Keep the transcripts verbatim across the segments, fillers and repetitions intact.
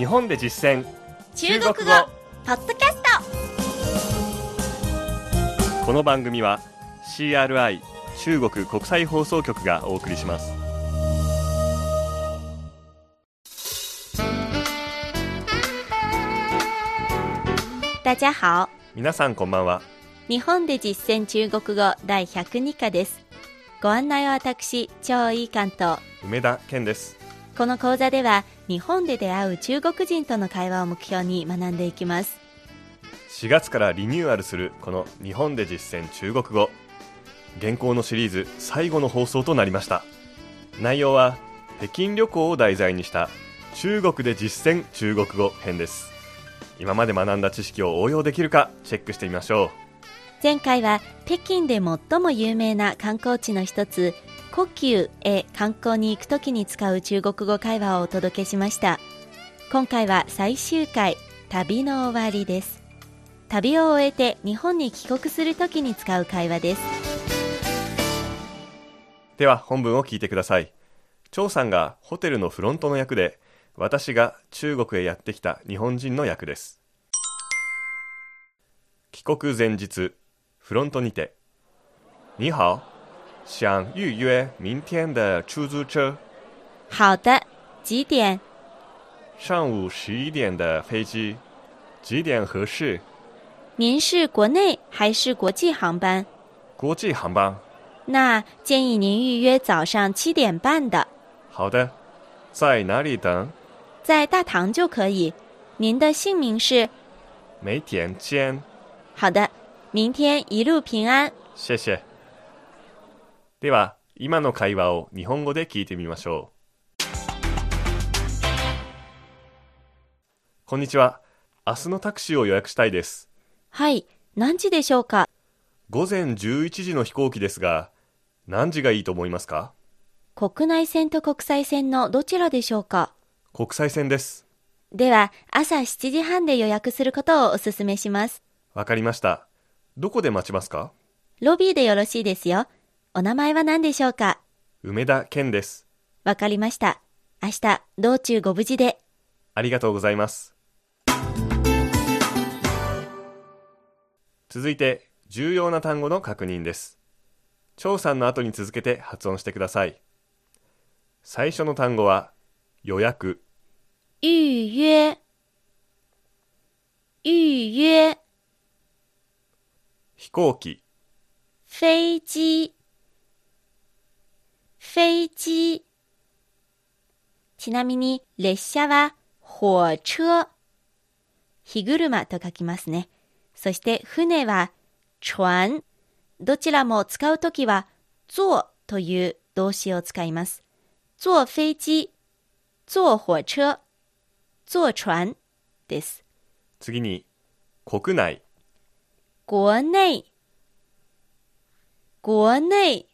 日本で実践中国語ポッドキャスト。 この番組は シーアールアイ 中国国際放送局がお送りします。 大家好。 皆さんこんばんは。 日本で実践中国語第ひゃくに課です。ご案内は私、張井関と梅田健です。 この講座では日本で出会う中国人との会話を目標に学んでいきます。 しがつからリニューアルするこの日本で実践中国語、現行のシリーズ最後の放送となりました。内容は北京旅行を題材にした中国で実践中国語編です。今まで学んだ知識を応用できるかチェックしてみましょう。 前回は北京で最も有名な観光地の一つ故宮へ観光に行くときに使う中国語会話をお届けしました。今回は最終回、旅の終わりです。旅を終えて日本に帰国するときに使う会話です。 では本文を聞いてください。張さんがホテルのフロントの役で、私が中国へやってきた日本人の役です。帰国前日、フロントにて、你好、想預約明天的出租車。 好的，幾點？ 上午十一點的飛機，幾點合適？ 您是國內還是國際航班？ 國際航班。 那建議您預約早上七點半的。 好的，在哪裡等？ 在大堂就可以。您的姓名是？ 梅田健。 好的，明天一路平安。 謝謝。では今の会話を日本語で聞いてみましょう。こんにちは。明日のタクシーを予約したいです。 はい、何時でしょうか？ 午前じゅういちじの飛行機ですが、何時がいいと思いますか？ 国内線と国際線のどちらでしょうか？ 国際線です。 では朝しちじはんで予約することをお勧めします。 わかりました。どこで待ちますか？ ロビーでよろしいですよ。お名前は何でしょうか？ 梅田健です。 わかりました。明日道中ご無事で。 ありがとうございます。続いて重要な単語の確認です。張さんの後に続けて発音してください。最初の単語は予約。 預約。預約。 飛行機。 飛機。飛機。ちなみに列車は火車。火車と書きますね。そして船は船。どちらも使うときは坐という動詞を使います。坐飛機、坐火車、坐船です。 次に国内。 国内。国内。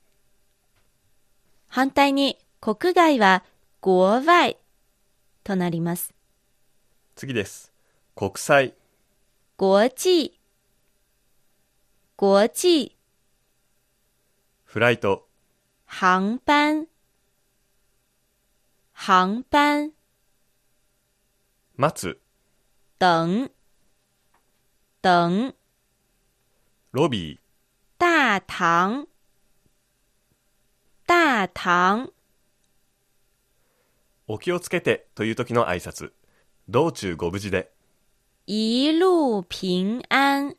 反対に国外は国外となります。 次です。国際。 国際。国際。 フライト。 航班。航班。 待つ。 等。等。 ロビー。 大堂。大堂。 お気をつけてという時の挨拶。道中ご無事で。 一路平安。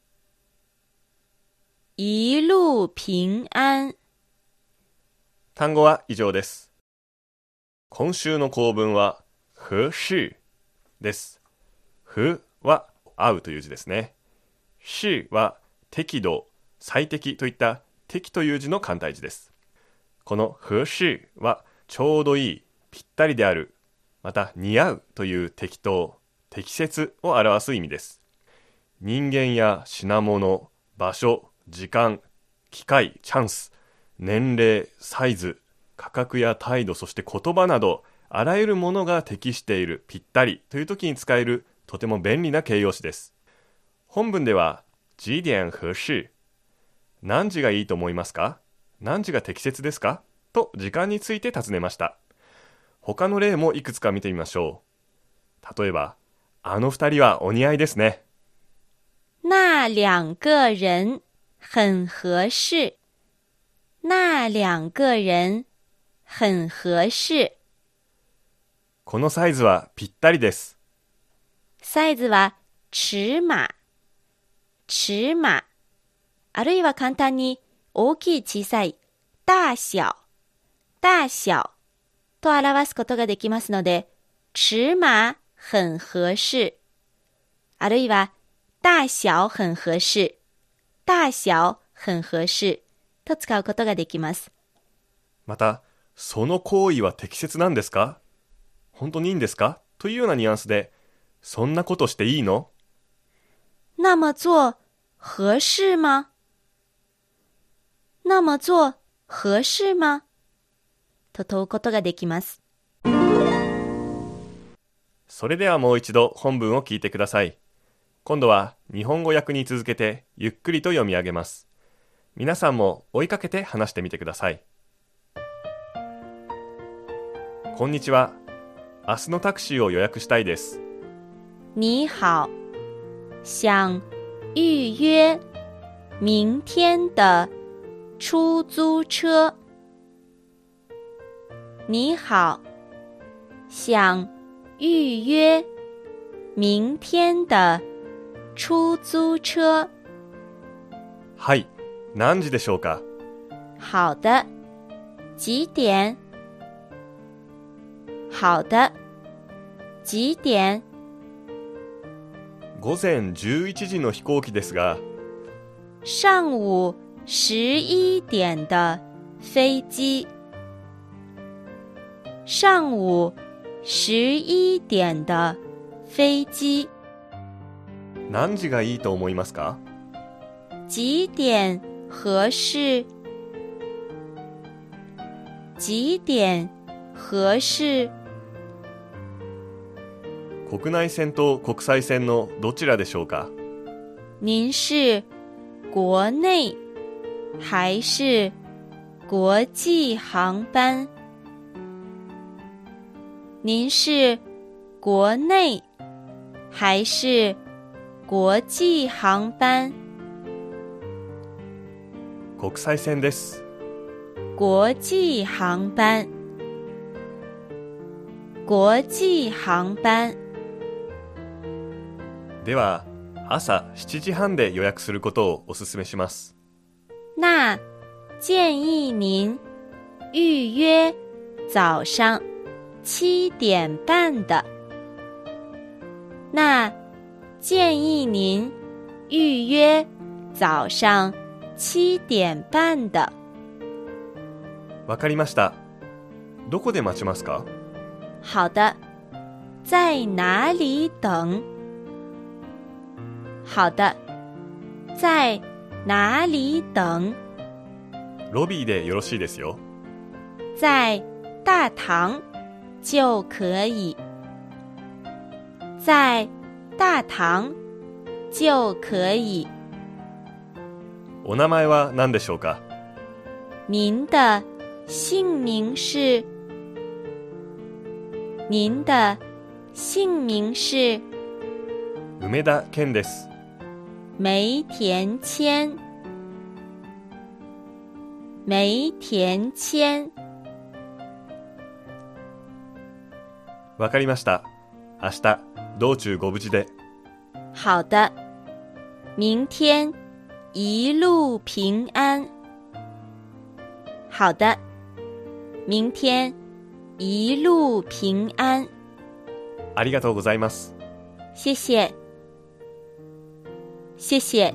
一路平安。 単語は以上です。今週の構文は合適です。合は合うという字ですね。適は適度、最適といった適という字の簡体字です。この合適はちょうどいい、ぴったりである、また似合うという適当、適切を表す意味です。人間や品物、場所、時間、機会、チャンス、年齢、サイズ、価格や態度、そして言葉など、あらゆるものが適している、ぴったりという時に使えるとても便利な形容詞です。本文では幾點合適、何時がいいと思いますか、何時が適切ですかと時間について尋ねました。他の例もいくつか見てみましょう。 例えば、あの二人はお似合いですね。 那两个人很合适。那两个人很合适。 このサイズはぴったりです。 サイズは尺碼。尺碼。あるいは簡単に大きい小さい大小。大小と表すことができますので、尺碼很合適。あるいは大小很合適。大小很合適と使うことができます。 また、その行為は適切なんですか？本当にいいんですか？というようなニュアンスで、そんなことしていいの？ 那么做合適吗？那么做合適吗？と問うことができます。 それではもう一度本文を聞いてください。今度は日本語訳に続けてゆっくりと読み上げます。皆さんも追いかけて話してみてください。こんにちは。明日のタクシーを予約したいです。 你好。想预约明天的出租车。你好。想预约明天的出租車。 はい、何時でしょうか？ 好的。几点？好的。几点？ 午前じゅういちじの飛行機ですが。 上午十一点的飞机。上午十一点的飛機。 何時がいいと思いますか？ 几点合適？几点合適？ 国内線と国際線のどちらでしょうか？ 您是国内还是国際航班？您是国内还是国際航班？ 国際線です。 国際航班。国際航班。 では、朝しちじはんで予約することをお勧めします。 那建议您预约早上七点半的。那建议您预约早上七点半的。 わかりました。どこで待ちますか？ 好的。在哪里等？好的。在哪里等？ ロビーでよろしいですよ。 在大堂就可以。在大堂就可以。 お名前は何でしょうか？ 您的姓名是？您的姓名是？ 梅田健です。 梅田谦。梅田谦。 わかりました。明日道中ご無事で。 好的。明天一路平安。好的。明天一路平安。 ありがとうございます。 谢谢。谢谢。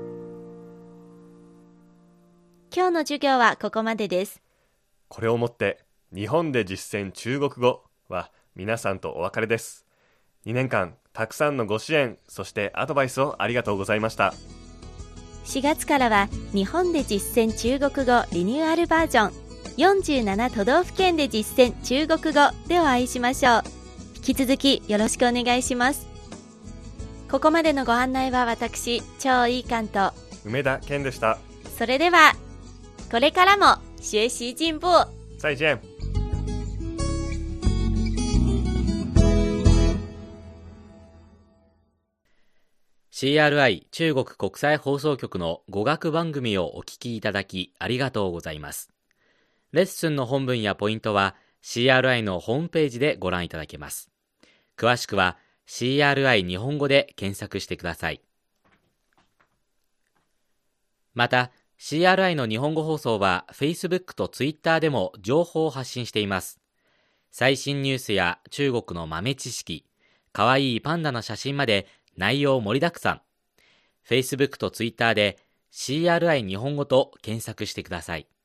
今日の授業はここまでです。 これをもって日本で実践中国語は皆さんとお別れです。にねんかんたくさんのご支援、そしてアドバイスをありがとうございました。 しがつからは日本で実践中国語リニューアルバージョンよんじゅうなな都道府県で実践中国語でお会いしましょう。引き続きよろしくお願いします。ここまでのご案内は私、張一貫と梅田健でした。 それではこれからも学習進步。 再见。 シーアールアイ 中国国際放送局の語学番組をお聞きいただきありがとうございます。レッスンの本文やポイントは シーアールアイ のホームページでご覧いただけます。詳しくは シーアールアイ 日本語で検索してください。また、シーアールアイ の日本語放送は Facebook と Twitter でも情報を発信しています。最新ニュースや中国の豆知識、かわいいパンダの写真まで内容盛りだくさん。Facebook と Twitter で シーアールアイ 日本語と検索してください。